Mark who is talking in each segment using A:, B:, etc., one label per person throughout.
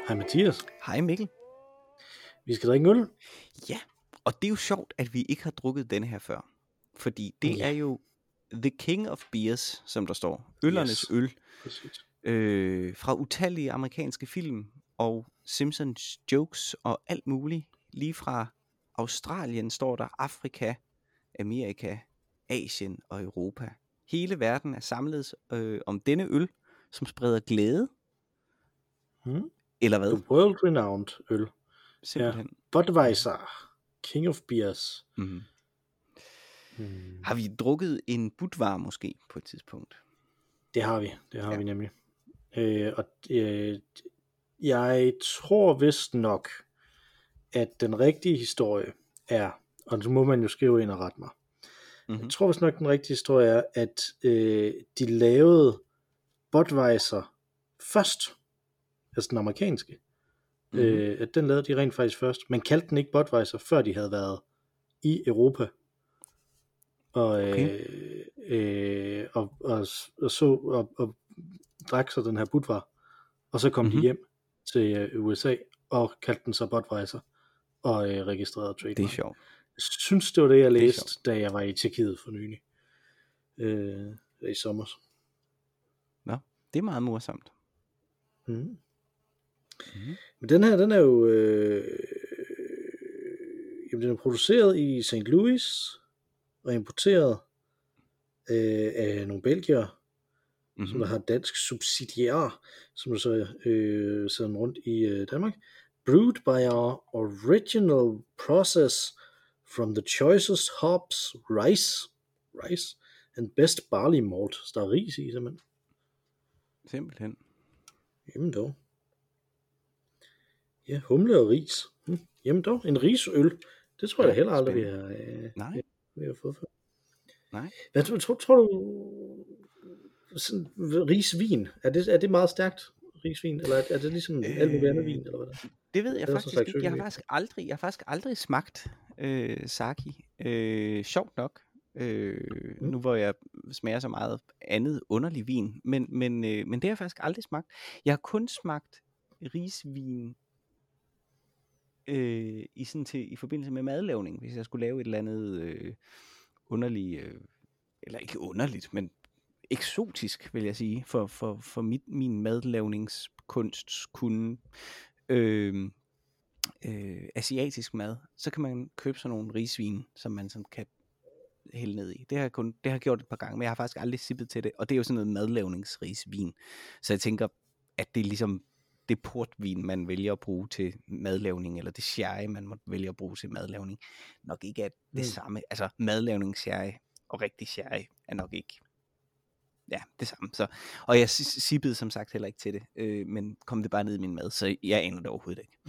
A: Hej Mathias.
B: Hej Mikkel.
A: Vi skal drikke øl.
B: Ja, og det er jo sjovt, at vi ikke har drukket denne her før. Fordi det er jo The King of Beers, som der står. Øllernes øl.
A: Præcis.
B: Fra utallige amerikanske film og Simpsons jokes og alt muligt. Lige fra Australien står der Afrika, Amerika, Asien og Europa. Hele verden er samlet om denne øl, som spreder glæde. Eller hvad?
A: The world renowned øl.
B: Simpelthen.
A: Ja. Budweiser. King of Beers.
B: Mm. Har vi drukket en Budvar måske på et tidspunkt?
A: Det har vi. Det har vi nemlig. Jeg tror vist nok, at den rigtige historie er, og så må man jo skrive ind og rette mig. Jeg tror vist nok, den rigtige historie er, at de lavede Budweiser først, altså den amerikanske. At den lavede de rent faktisk først. Man kaldte den ikke Budweiser, før de havde været i Europa. Og, og drak så den her Budvar. Og så kom de hjem til USA og kaldte den så Budweiser og registrerede trademark.
B: Det er sjovt.
A: Jeg synes, det var det, jeg læste, da jeg var i Tjekkiet for nylig. I sommer.
B: Nå, det er meget morsomt.
A: Men den her, den er jo den er produceret i St. Louis og importeret af nogle belgiere, som der har dansk subsidiær, som der så sender rundt i Danmark. Brewed by our original process from the choicest hops, rice and best barley malt. Så der er ris i, simpelthen.
B: Simpelthen.
A: Jamen dog. Ja, humle og ris. Jamen dog, en risøl. Det tror jeg heller aldrig, vi har fået før.
B: Nej.
A: Hvad tror du, sådan, risvin, er det meget stærkt, risvin, eller er det ligesom alt muligt andet vin, eller hvad der?
B: Det ved jeg faktisk ikke. Jeg har faktisk aldrig smagt sake. Sjovt nok. Nu hvor jeg smager så meget andet underlig vin, men det har jeg faktisk aldrig smagt. Jeg har kun smagt risvin i forbindelse med madlavning, hvis jeg skulle lave et eller andet underligt, eller ikke underligt, men eksotisk, vil jeg sige, for min madlavningskunsts kunde. Asiatisk mad, så kan man købe sådan nogle risvin, som man sådan kan hælde ned i. Det har jeg gjort et par gange, men jeg har faktisk aldrig sippet til det, og det er jo sådan noget madlavningsrisvin. Så jeg tænker, at det er ligesom det portvin, man vælger at bruge til madlavning, eller det sherry, man må vælge at bruge til madlavning, nok ikke er det samme. Altså madlavningssherry og rigtig sherry er nok ikke det samme. Så, og jeg sippede som sagt heller ikke til det, men kom det bare ned i min mad, så jeg aner det overhovedet ikke.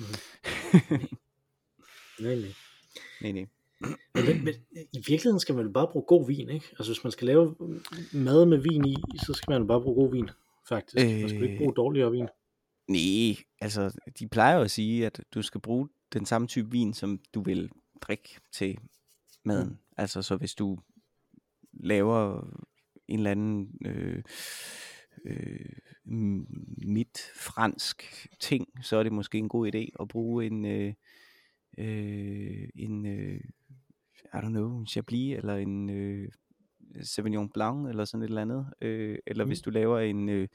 B: Nej.
A: Men i virkeligheden skal man jo bare bruge god vin, ikke? Altså hvis man skal lave mad med vin i, så skal man jo bare bruge god vin, faktisk. Man skal ikke bruge dårligere vin.
B: Nej, altså de plejer jo at sige, at du skal bruge den samme type vin, som du vil drikke til maden. Altså så hvis du laver en eller anden midt-fransk ting, så er det måske en god idé at bruge en en Chablis eller en Sauvignon Blanc eller sådan et eller andet, eller hvis du laver en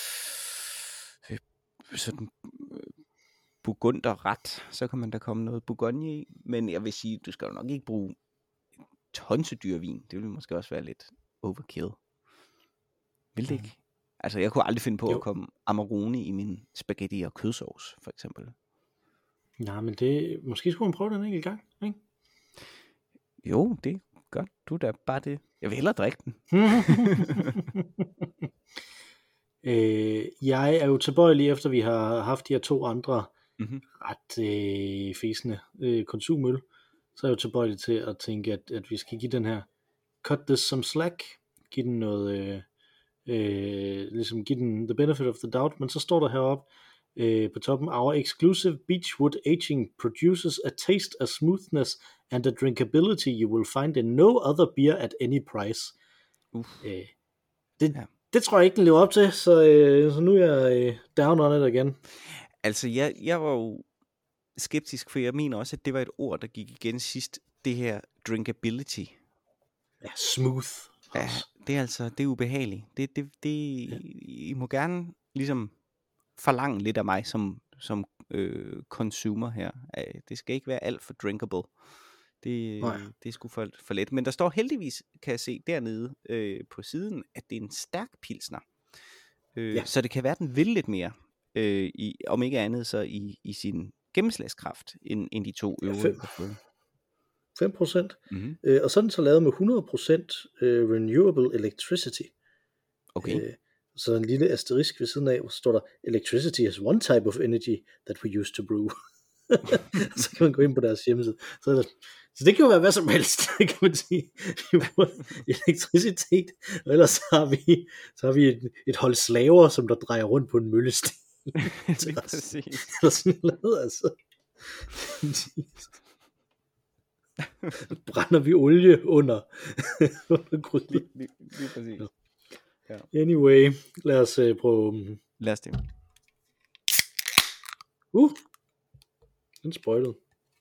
B: sådan burgunderret, så kan man da komme noget Bourgogne i, men jeg vil sige, du skal jo nok ikke bruge tonsedyrvin. Det vil måske også være lidt overkill. Vil det ikke? Altså jeg kunne aldrig finde på at komme Amarone i min spaghetti og kødsovs, for eksempel.
A: Nej, men det måske skulle man prøve den enkelt gang, ikke?
B: Jo, det gør du da bare det. Jeg vil hellere drikke den.
A: Jeg er jo tilbøjelig, efter vi har haft de her to andre ret fæsende konsumøl, så er jeg jo tilbøjelig til at tænke, at vi skal give den her cut this some slack, give den noget ligesom give den the benefit of the doubt, men så står der heroppe på toppen, our exclusive Beechwood aging produces a taste, a smoothness and a drinkability you will find in no other beer at any price. Det tror jeg ikke, den lever op til, så nu er jeg down on it igen.
B: Altså, jeg var jo skeptisk, for jeg mener også, at det var et ord, der gik igen sidst. Det her drinkability.
A: Ja, smooth.
B: Ja, det er altså, det er ubehageligt. I må gerne ligesom forlange lidt af mig som consumer her. Det skal ikke være alt for drinkable. Det er sgu for let. Men der står heldigvis, kan jeg se dernede på siden, at det er en stærk pilsner. Så det kan være, den vil lidt mere. Om ikke andet så i sin gennemslagskraft end de to øvrige.
A: 5%. Og så er den så lavet med 100% renewable electricity.
B: Okay.
A: Så en lille asterisk ved siden af, hvor står der, electricity is one type of energy that we use to brew. Så kan man gå ind på deres hjemmeside. Så det kan jo være hvad som helst, kan man sige. Vi bruger elektricitet, og ellers så har vi et hold slaver, som der drejer rundt på en møllesten.
B: Det er præcis.
A: Eller sådan noget, altså. Brænder vi olie under gryden.
B: Lige præcis.
A: Ja. Anyway, lad os prøve.
B: Lad os det.
A: Den sprøjtede.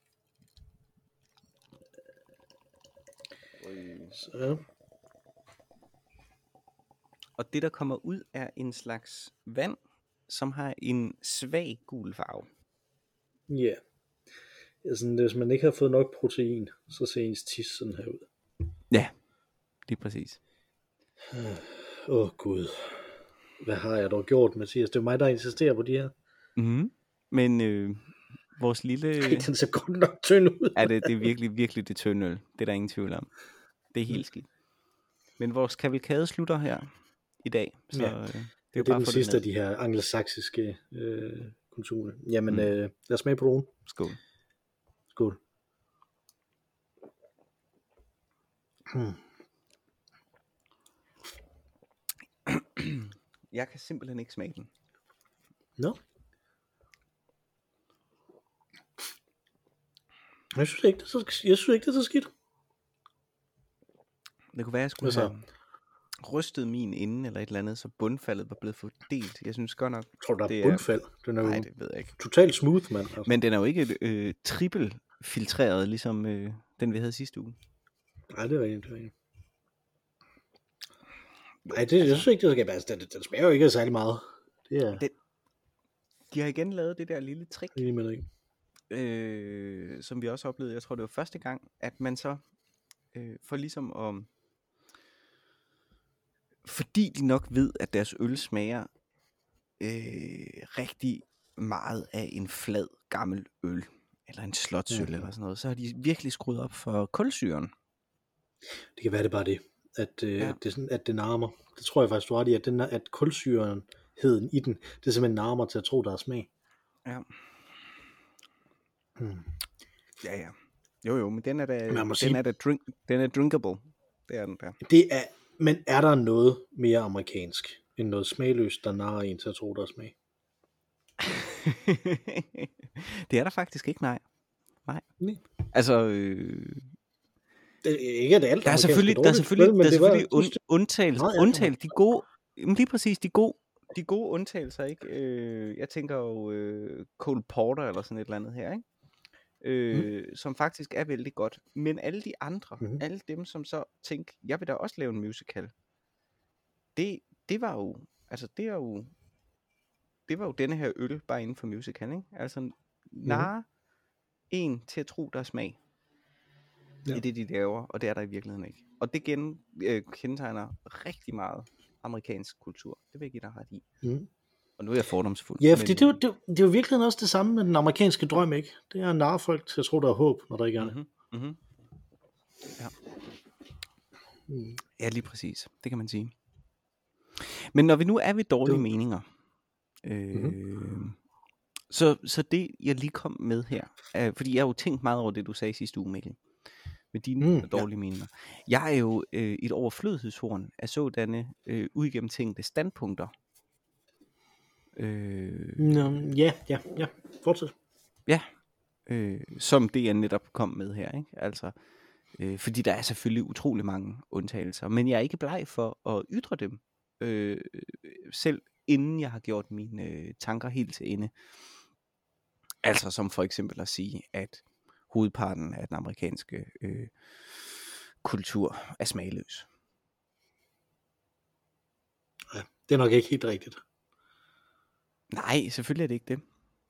A: Så.
B: Og det der kommer ud er en slags vand, som har en svag gul farve.
A: Ja. Altså, hvis man ikke har fået nok protein, så ser ens tis sådan her ud.
B: Ja, lige præcis.
A: Gud. Hvad har jeg dog gjort, Mathias? Det er mig, der insisterer på de her.
B: Mm-hmm. Men vores lille...
A: Ej, den ser godt nok tynd ud.
B: Ja, det er virkelig, virkelig det tynde øl. Det er der ingen tvivl om. Det er helt skidt. Men vores kavalkade slutter her i dag. Så
A: ja. Det er den sidste af de her angelsaksiske konsumer. Jamen, lad os smage på nogen.
B: Skål.
A: Skål.
B: Jeg kan simpelthen ikke smage den.
A: Nå. Jeg synes ikke, det er så skidt.
B: Det kunne være, at jeg skulle have rystet min inden, eller et eller andet, så bundfaldet var blevet fordelt. Jeg synes godt nok...
A: Tror du, der er bundfald?
B: Nej, det ved jeg ikke.
A: Totalt smooth, mand. Altså.
B: Men den er jo ikke trippelfiltreret, ligesom den, vi havde sidste uge.
A: Nej, det er rigtigt. Nej, jeg synes ikke, det skal være. Den smager jo ikke særlig meget. Det er...
B: De har igen lavet det der lille trick,
A: ikke.
B: Som vi også oplevede. Jeg tror, det var første gang, at man så for ligesom om... Fordi de nok ved, at deres øl smager rigtig meget af en flad gammel øl, eller en slotsøl eller sådan noget, så har de virkelig skruet op for kulsyren.
A: Det kan være, det bare det, at det sådan, at det narmer. Det tror jeg faktisk, du har i, at kulsyrenheden i den, det er simpelthen narmer til at tro, der er smag.
B: Ja. Ja. Jo, men den er drinkable. Det er den der.
A: Men er der noget mere amerikansk, end noget smagløst, der narrer en til at tro, der er smag?
B: Det er der faktisk ikke, nej. Altså...
A: Det er ikke, at det er alt
B: der er selvfølgelig undtagelser. De gode, lige præcis, de gode undtagelser, ikke? Jeg tænker jo Cole Porter eller sådan et eller andet her, ikke? Som faktisk er vældig godt. Men alle de andre, alle dem, som så tænker, jeg vil da også lave en musical. Det var jo denne her øl bare inden for musical, ikke? Altså narre en til at tro, der er smag. I det, de laver, og det er der i virkeligheden ikke. Og det kendetegner rigtig meget amerikansk kultur. Det vil jeg give dig ret i. Og nu er jeg fordomsfuld.
A: Ja, fordi det er jo virkelig også det samme med den amerikanske drøm, ikke? Det er at narre folk til at tro, der er håb, når der ikke er det.
B: Ja. Ja, lige præcis. Det kan man sige. Men når vi nu er ved dårlige meninger, så det, jeg lige kom med her, fordi jeg har jo tænkt meget over det, du sagde sidste uge, Mikkel, med dine dårlige meninger. Jeg er jo et overflødighedshorn af sådanne uigennemtænkte standpunkter.
A: Ja, fortsæt.
B: Ja, som det jeg netop kom med her, ikke? Altså, fordi der er selvfølgelig utrolig mange undtagelser, men jeg er ikke bleg for at ytre dem, selv inden jeg har gjort mine tanker helt til ende. Altså som for eksempel at sige, at hovedparten af den amerikanske kultur er smagløs.
A: Ja, det er nok ikke helt rigtigt.
B: Nej, selvfølgelig er det ikke det.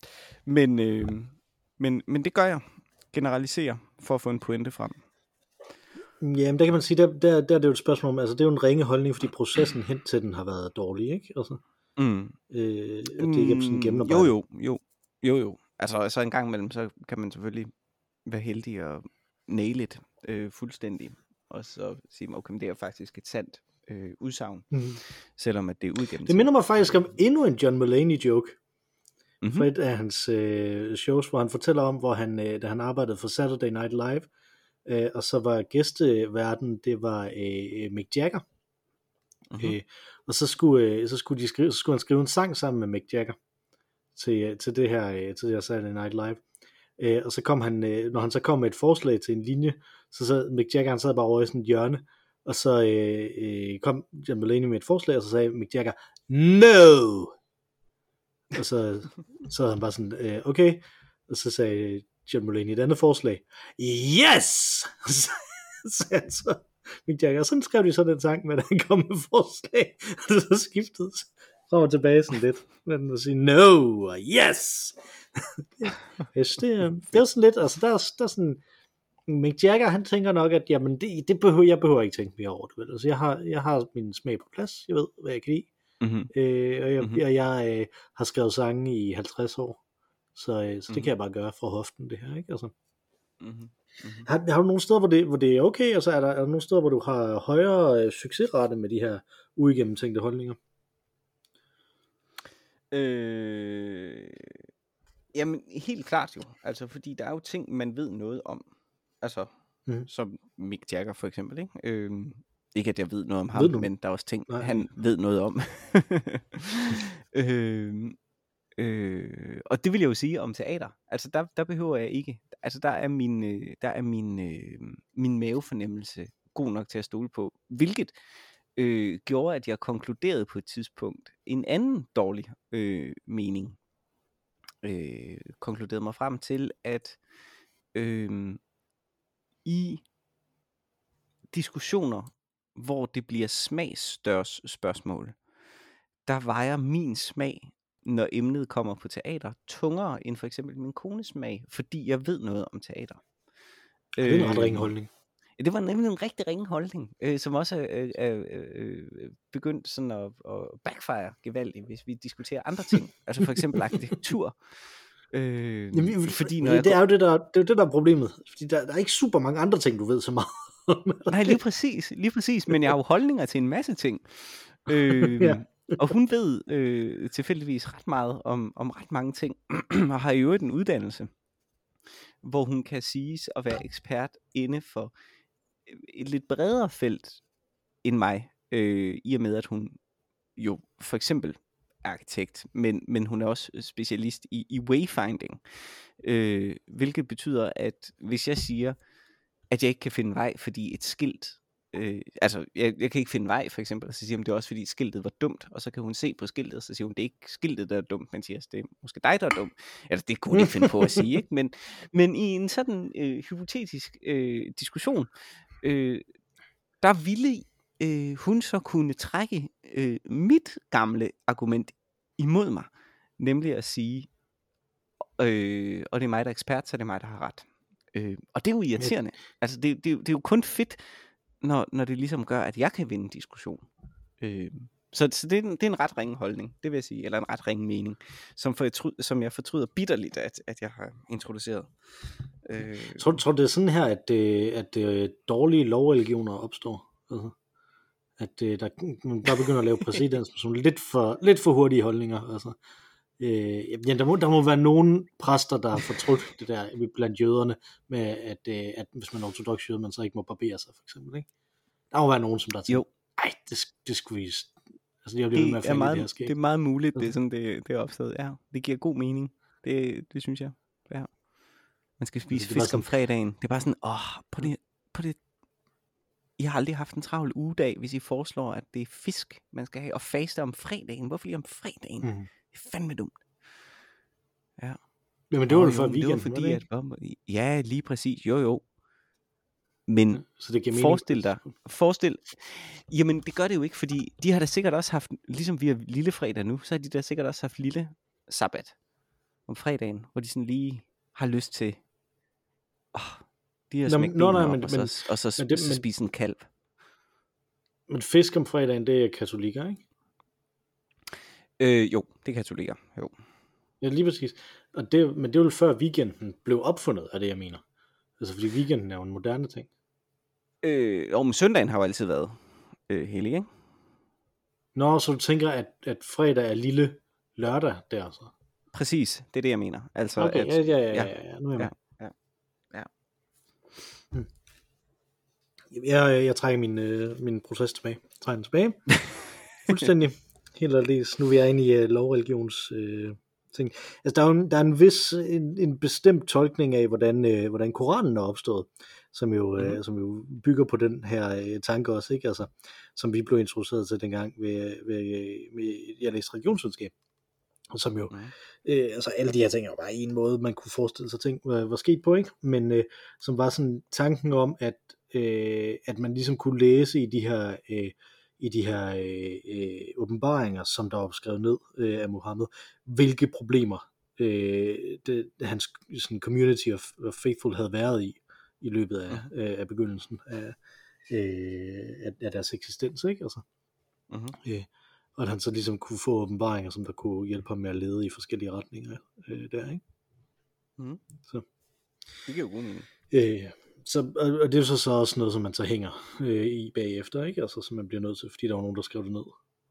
B: Men det gør jeg. Generaliserer for at få en pointe frem.
A: Jamen, der kan man sige, der er det jo et spørgsmål om, altså det er jo en ringe holdning, fordi processen hen til den har været dårlig, ikke? Altså, det er ikke sådan gennemarbejdet.
B: Jo. Altså en gang imellem, så kan man selvfølgelig være heldig og nail it fuldstændig, og så sige, okay, det er faktisk et sandt udsagn, selvom at det er udgennemtænkt.
A: Det minder mig faktisk om endnu en John Mulaney joke, fra et af hans shows, hvor han fortæller om, hvor han, da han arbejdede for Saturday Night Live, og så var gæsteverden, det var Mick Jagger, og så skulle han skrive en sang sammen med Mick Jagger til det her Saturday Night Live, og så kom han, når han så kom med et forslag til en linje, så sad Mick Jagger, han sad bare over i sådan et hjørne, og så kom John Mulaney med et forslag, og så sagde Mick Jagger, no! Og så havde han bare sådan, okay, og så sagde John Mulaney et andet forslag, yes! Så sagde han så Mick Jagger, og sådan skrev de så den sang, med at han kom med forslag, og så skiftede frem og tilbage sådan lidt, men at sige, no, yes! Yes, det er sådan lidt, altså der er sådan, Mick Jagger, han tænker nok, at jamen, jeg behøver ikke tænke mere over det, vel? Altså jeg har min smag på plads, jeg ved, hvad jeg kan lide, og jeg har skrevet sange i 50 år, så det kan jeg bare gøre fra hoften, det her, ikke? Altså. Har du nogle steder, hvor det er okay, og så er der nogle steder, hvor du har højere succesrate med de her uigennemtænkte holdninger?
B: Jamen helt klart jo, altså fordi der er jo ting man ved noget om, altså som Mick Jagger for eksempel, ikke? Ikke at jeg ved noget om ham, men der er også ting han ved noget om. Og det vil jeg jo sige om teater, altså der behøver jeg ikke, altså der er min mavefornemmelse god nok til at stole på, hvilket gjorde, at jeg konkluderede på et tidspunkt en anden dårlig mening. Konkluderede mig frem til, at i diskussioner, hvor det bliver smagsspørgsmål, der vejer min smag, når emnet kommer på teater, tungere end for eksempel min kones smag, fordi jeg ved noget om teater.
A: Det er en ret ringe holdning.
B: Det var nemlig en rigtig ringe holdning, som også er begyndt sådan at backfire gevaldigt, hvis vi diskuterer andre ting, altså for eksempel arkitektur.
A: Fordi det er jo det der er problemet, fordi der er ikke super mange andre ting, du ved så meget om.
B: Nej, lige præcis, men jeg har jo holdninger til en masse ting. Og hun ved tilfældigvis ret meget om ret mange ting, og har i øvrigt en uddannelse, hvor hun kan siges at være ekspert inde for et lidt bredere felt end mig, i og med at hun jo for eksempel er arkitekt, men hun er også specialist i wayfinding, hvilket betyder, at hvis jeg siger, at jeg ikke kan finde vej, fordi et skilt, altså jeg kan ikke finde vej for eksempel, og så siger hun, det er også fordi skiltet var dumt, og så kan hun se på skiltet, og så siger hun, det er ikke skiltet der er dumt, men siger, det er måske dig der er dum, eller det kunne hun ikke finde på at sige, ikke? Men i en sådan hypotetisk diskussion, der ville hun så kunne trække mit gamle argument imod mig, nemlig at sige, og det er mig der er ekspert, så det er mig der har ret. Og det er jo irriterende. Altså det er jo kun fedt, når det ligesom gør, at jeg kan vinde en diskussion. Så det er en ret ringe holdning, det vil jeg sige, eller en ret ringe mening, som jeg fortryder bitterligt, at jeg har introduceret.
A: Tror du det er sådan her, at dårlige lovreligioner opstår? Altså, at man bare begynder at lave præcedens som lidt for hurtige holdninger. Altså. Der må være nogen præster, der har fortrudt det der blandt jøderne, med at hvis man er ortodox jøde, man så ikke må barbere sig, for eksempel, ikke? Der må være nogen, som der tænker, ej, det skulle vi... Altså,
B: det er meget muligt, det er sådan, det er opstået. Ja, det giver god mening. Det synes jeg. Ja. Man skal spise fisk sådan... om fredagen. Det er bare sådan, på det. I har aldrig haft en travl ugedag, hvis I foreslår, at det er fisk, man skal have, og faste om fredagen. Hvorfor lige om fredagen? Det er fandme dumt. Ja.
A: Jamen det var jo før
B: det var
A: weekenden,
B: fordi,
A: var det ikke?
B: ja, lige præcis, jo. Men
A: Ja, så det giver mening.
B: forestil, jamen det gør det jo ikke, fordi de har da sikkert også haft, ligesom vi har lille fredag nu, så har de da sikkert også haft lille sabbat om fredagen, hvor de sådan lige har lyst til, de har smækket benene op, og så spise en kalv.
A: Men fisk om fredagen, det er katolikker, ikke?
B: Jo, det er katolikker, jo.
A: Ja, lige præcis. Men det var jo før weekenden blev opfundet, er det jeg mener. Altså fordi weekenden er jo en moderne ting.
B: Men søndagen har jo altid været hellig, ikke?
A: Nå, så du tænker, at fredag er lille lørdag der så?
B: Præcis, det er det jeg mener. Altså,
A: okay, ja, nu er jeg med.
B: Ja.
A: Jeg trækker min proces tilbage. Trækker den tilbage. Fuldstændig. Helt aldeles. Nu er vi inde i lovreligions ting. Altså der er en vis en bestemt tolkning af hvordan Koranen er opstået, som jo bygger på den her tanke også, ikke? Altså som vi blev introduceret til dengang med jeg læste religionsvidenskab, som jo altså alle de her ting er jo bare en måde man kunne forestille sig ting var sket på, ikke? Men som var sådan tanken om at man ligesom kunne læse i de her åbenbaringer, som der var skrevet ned af Muhammed, hvilke problemer hans sådan community of faithful havde været i løbet af begyndelsen af deres eksistens, ikke? Altså, og at han så ligesom kunne få åbenbaringer, som der kunne hjælpe ham med at lede i forskellige retninger der, ikke? Så.
B: Det giver jo god mening.
A: Og det er jo så også noget, som man så hænger i bagefter, ikke? Altså, som man bliver nødt til, fordi der var nogen, der skrev det ned.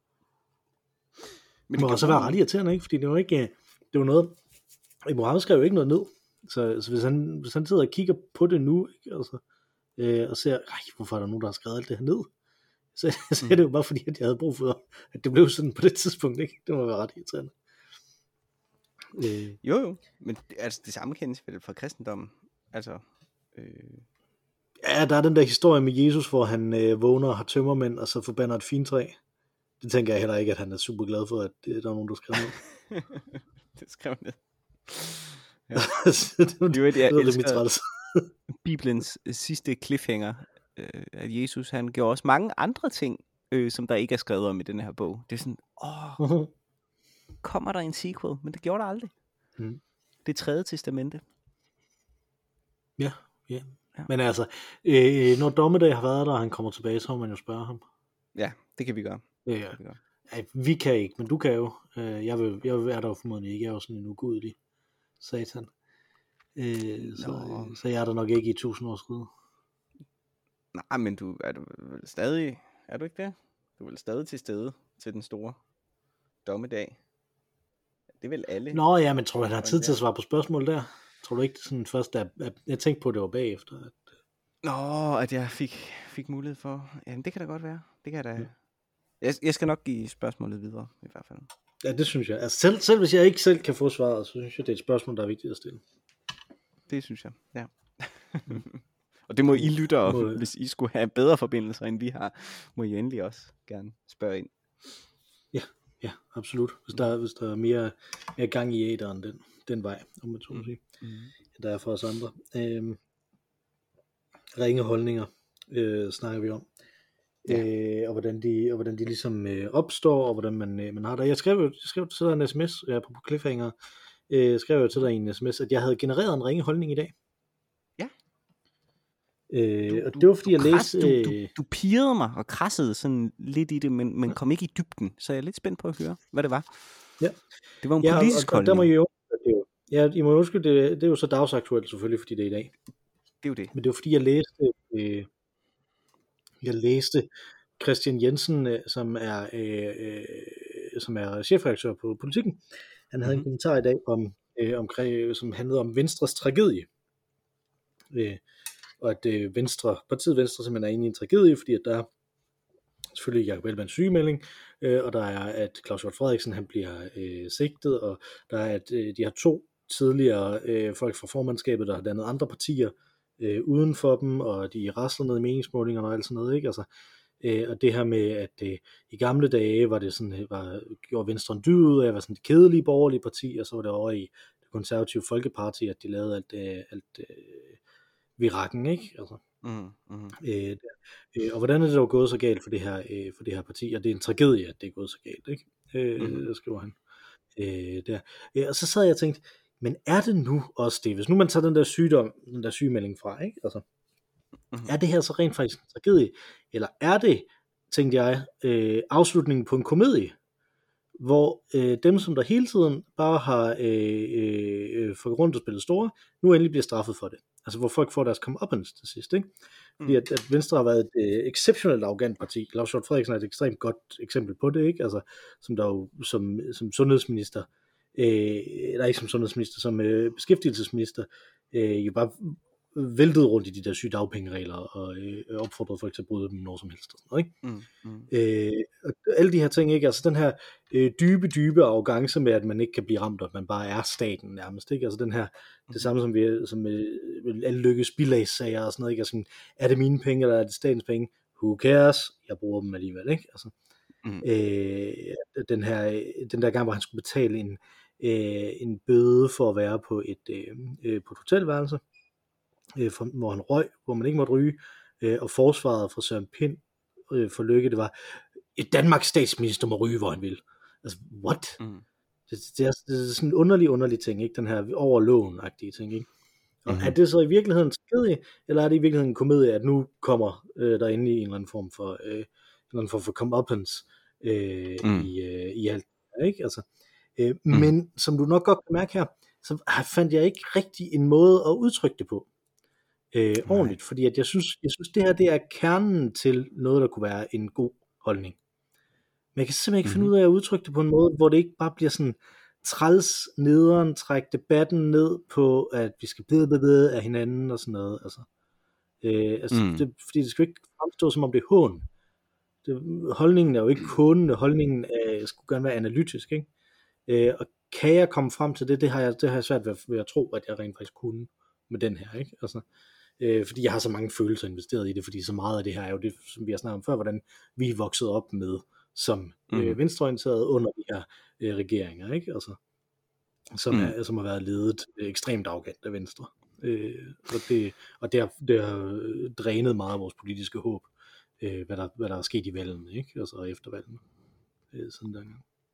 A: Men det må også være ret irriterende, ikke? Fordi det var ikke, det var noget, Muhammed skrev jo ikke noget ned. Så hvis han sidder og kigger på det nu, ikke? Altså, og ser, hvorfor er der nogen, der har skrevet alt det her ned? Så er det jo bare fordi, at jeg havde brug for, at det blev sådan på det tidspunkt, ikke? Det må være ret irriterende.
B: Jo, men altså, det samme kendes vel fra kristendommen. Altså,
A: ja, der er den der historie med Jesus, hvor han vågner og har tømmermænd, og så forbander et fintræ. Det tænker jeg heller ikke, at han er super glad for, at der er nogen, der skriver ned.
B: Det skrev ned. Ja.
A: det er lidt mit træls.
B: Biblens sidste cliffhanger, at Jesus, han gjorde også mange andre ting, som der ikke er skrevet om i den her bog. Det er sådan, kommer der en sequel? Men det gjorde der aldrig. Det 3. testamente.
A: Ja. Men altså, når Dommedag har været der, og han kommer tilbage, så må man jo spørge ham.
B: Ja, det kan vi gøre.
A: Ja. Vi kan ikke, men du kan jo. Jeg vil være der jo formodentlig ikke. Jeg er jo sådan en ugudelig satan. Så jeg er der nok ikke i 1000 års rige.
B: Nej, men du er vel stadig, er du ikke det? Du er vel stadig til stede til den store dommedag. Det er vel alle.
A: Nå ja, men tror du, han har tid til at svare på spørgsmål der? Tror du ikke, det sådan først, at jeg tænkte på, at det var bagefter?
B: At jeg fik mulighed for. Jamen, det kan da godt være. Det kan da. Jeg skal nok give spørgsmålet videre, i hvert fald.
A: Ja, det synes jeg. Altså selv hvis jeg ikke selv kan få svaret, så synes jeg, det er et spørgsmål, der er vigtigt at stille.
B: Det synes jeg, ja. Og det må I lyttere, hvis I skulle have bedre forbindelser, end vi har, må I endelig også gerne spørge ind.
A: Ja, absolut. Hvis der er mere gang i æderen den vej, om man så sige, der er for os andre. Ringe holdninger snakker vi om. Og hvordan de ligesom opstår, og hvordan man har der. Jeg skrev til dig en sms, på cliffhanger, skrev jeg til dig i en sms, at jeg havde genereret en ringe holdning i dag.
B: Ja.
A: Og det var fordi jeg læste...
B: Du pirrede mig og krassede sådan lidt i det, men kom ikke i dybden, så jeg er lidt spændt på at høre, hvad det var.
A: Ja.
B: Det var en politisk holdning.
A: Der må I må huske, det er jo så dagsaktuelt selvfølgelig, fordi det er i dag.
B: Det er jo det.
A: Men det var fordi jeg læste Christian Jensen, som er chefredaktør på Politikken. Han havde en kommentar i dag omkring, som handlede om Venstres tragedie. Og at partiet Venstre simpelthen er inde i en tragedie, fordi at der er selvfølgelig Jakob Ellemanns sygemelding, og der er, at Claus Hjort Frederiksen han bliver sigtet, og der er, at de har 2 tidligere folk fra formandskabet, der har dannet andre partier uden for dem, og de rasler ned i meningsmålingerne og alt sådan noget, ikke? Altså, og det her med, at i gamle dage var det sådan, gjorde Venstre en dyd ud af at være sådan det kedelige borgerlige parti, og så var det over i det det konservative Folkeparti, at de lavede alt virakken, ikke? Altså, og hvordan er det dog gået så galt for det her parti, og det er en tragedie, at det er gået så galt, ikke? Skriver han der. Og så sad jeg og tænkte, men er det nu også det, hvis nu man tager den der sygemelding fra, ikke? Altså, er det her så rent faktisk en tragedie, eller er det, tænkte jeg, afslutningen på en komedie, hvor dem, som der hele tiden bare har fået rundt og spillet store, nu endelig bliver straffet for det. Altså hvor folk får deres comeuppance til sidst, ikke? Fordi at Venstre har været et exceptionelt arrogant parti. Lars Hjort Frederiksen er et ekstremt godt eksempel på det, ikke? Altså som der jo som sundhedsminister, eller ikke som sundhedsminister, som beskæftigelsesminister, jo bare væltede rundt i de der sygedagpengeregler og opfordrede folk til at bryde dem når som helst. Og sådan noget, ikke? Og alle de her ting, ikke? Altså den her dybe arrogance med, at man ikke kan blive ramt, og at man bare er staten nærmest, ikke? Altså den her, det samme som alle Lykkes bilagssager og sådan noget, ikke? Altså, er det mine penge, eller er det statens penge? Who cares? Jeg bruger dem alligevel, ikke? Altså, den der gang, hvor han skulle betale en bøde for at være på et hotelværelse, hvor han røg, hvor man ikke måtte ryge, og forsvaret fra Søren Pind for Lykke, det var, et Danmarks statsminister må ryge, hvor han vil. Altså, what? Det er sådan en underlig ting, ikke? Den her over loven-agtige ting, ikke? Og er det så i virkeligheden en tragedie, eller er det i virkeligheden en komedie, at nu kommer der endelig en eller anden form for comeuppance i alt, ikke? Altså, men som du nok godt kan mærke her, så fandt jeg ikke rigtig en måde at udtrykke det på ordentligt, fordi at jeg synes det her, det er kernen til noget, der kunne være en god holdning. Men jeg kan simpelthen ikke finde ud af at udtrykke det på en måde, hvor det ikke bare bliver sådan træls nederen, træk debatten ned på, at vi skal bede af hinanden og sådan noget. Altså, fordi det skal jo ikke fremstå, som om det er hån. Holdningen er jo ikke hånende, holdningen skulle gerne være analytisk, ikke? Og kan jeg komme frem til det har jeg svært ved at tro, at jeg rent faktisk kunne med den her, ikke? Altså, fordi jeg har så mange følelser investeret i det, fordi så meget af det her er jo det, som vi har snakket om før, hvordan vi er vokset op med som venstreorienteret under de her regeringer, ikke? Altså, som har været ledet ekstremt arrogant af Venstre. Og det har drænet meget af vores politiske håb, hvad der er sket i valgene, ikke? Altså efter valgene. Sådan der.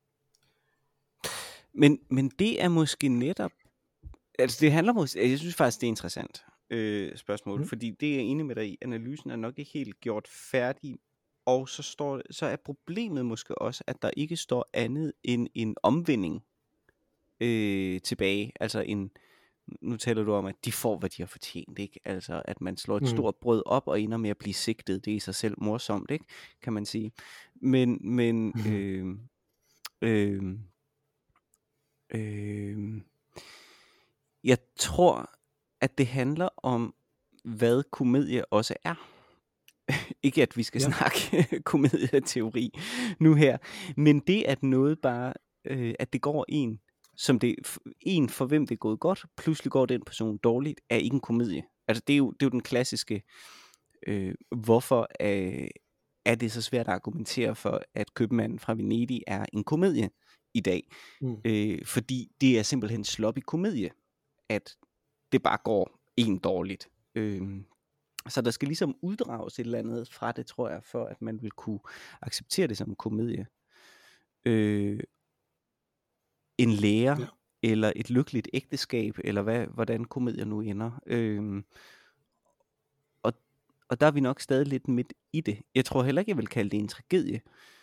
B: Men det er måske netop, altså det handler måske, jeg synes faktisk det er interessant spørgsmål, fordi det er jeg enig med dig i, analysen er nok ikke helt gjort færdig, og så er problemet måske også, at der ikke står andet end en omvending tilbage, altså nu taler du om, at de får, hvad de har fortjent, ikke? Altså, at man slår et stort brød op og ender med at blive sigtet, det er i sig selv morsomt, ikke? Kan man sige. Men jeg tror, at det handler om, hvad komedie også er. Ikke at vi skal snakke komedieteori nu her, men det at noget bare, at det går en for hvem det er gået godt, pludselig går den person dårligt, er ikke en komedie. Altså det er jo den klassiske, hvorfor er det så svært at argumentere for, at Købmanden fra Venedig er en komedie i dag. Fordi det er simpelthen sloppy komedie, at det bare går en dårligt. Så der skal ligesom uddrages et eller andet fra det, tror jeg, for at man vil kunne acceptere det som en komedie. En lærer, eller et lykkeligt ægteskab, eller hvordan komedier nu ender. Og der er vi nok stadig lidt midt i det. Jeg tror heller ikke, jeg vil kalde det en tragedie.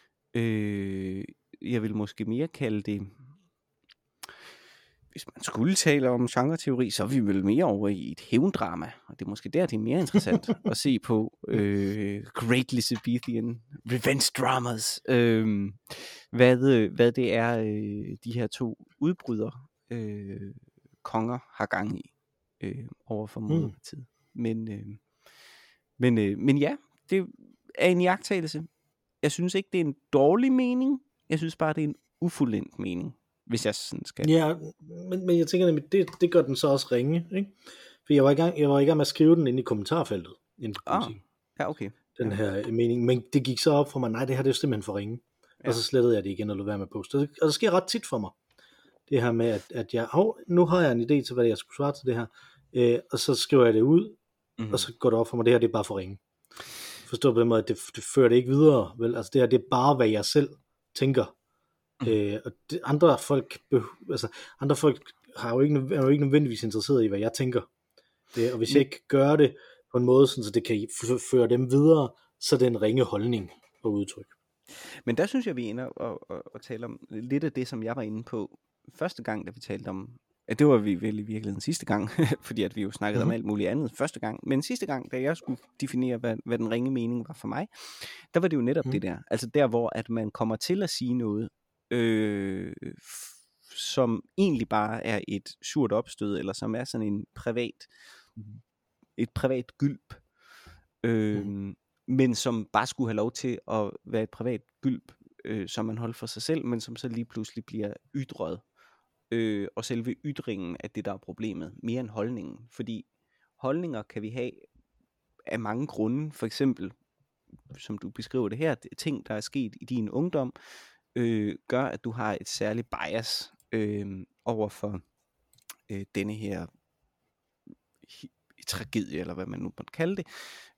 B: Jeg vil måske mere kalde det, hvis man skulle tale om genreteori, så er vi vel mere over i et hævndrama, og det er måske der, det er mere interessant at se på Great Elizabethan Revenge Dramas, hvad det er, de her to udbryder konger har gang i over for moderpartiet. Men ja, det er en iagttagelse. Jeg synes ikke, det er en dårlig mening. Jeg synes bare, det er en ufuldendt mening, hvis jeg sådan skal.
A: Ja, men jeg tænker nemlig, det gør den så også ringe, ikke? For jeg var i gang med at skrive den inde i kommentarfeltet.
B: Ja, okay.
A: Den her mening, men det gik så op for mig, nej, det her det er simpelthen for ringe. Og så slettede jeg det igen og lod være med at poste. Og det sker ret tit for mig. det her med, at jeg, nu har jeg en idé til, hvad jeg skulle svare til det her, og så skriver jeg det ud, og så går det op for mig, det her det er bare for ringe. Forstå på den måde, at det fører det ikke videre, vel? Altså det her, det er bare, hvad jeg selv tænker. Og andre folk er jo ikke nødvendigvis interesseret i, hvad jeg tænker. Og hvis jeg ikke gør det på en måde, så det kan føre dem videre, så er det en ringe holdning og udtryk.
B: Men der synes jeg, vi er inde og tale om lidt af det, som jeg var inde på første gang, da vi talte om, at det var vi vel i virkeligheden sidste gang, fordi at vi jo snakkede om alt muligt andet første gang, men sidste gang, da jeg skulle definere, hvad den ringe mening var for mig, der var det jo netop det der, altså der, hvor at man kommer til at sige noget, som egentlig bare er et surt opstød, eller som er sådan en et privat gylp, men som bare skulle have lov til at være et privat gylp, som man holder for sig selv, men som så lige pludselig bliver ytret. Og selve ytringen af det, der er problemet, mere end holdningen. Fordi holdninger kan vi have af mange grunde. For eksempel, som du beskriver det her, ting, der er sket i din ungdom, gør, at du har et særligt bias over for denne her tragedie, eller hvad man nu måtte kalde det.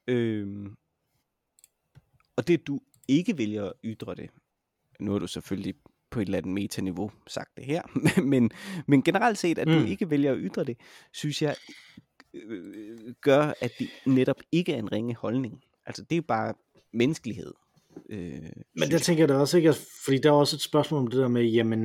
B: Og det, du ikke vælger at ytre det, nu har du selvfølgelig på et eller andet metaniveau sagt det her, men generelt set, at du ikke vælger at ytre det, synes jeg, gør, at det netop ikke er en ringe holdning. Altså, det er bare menneskelighed.
A: Men der tænker jeg da også, ikke? Fordi der er også et spørgsmål om det der med, jamen,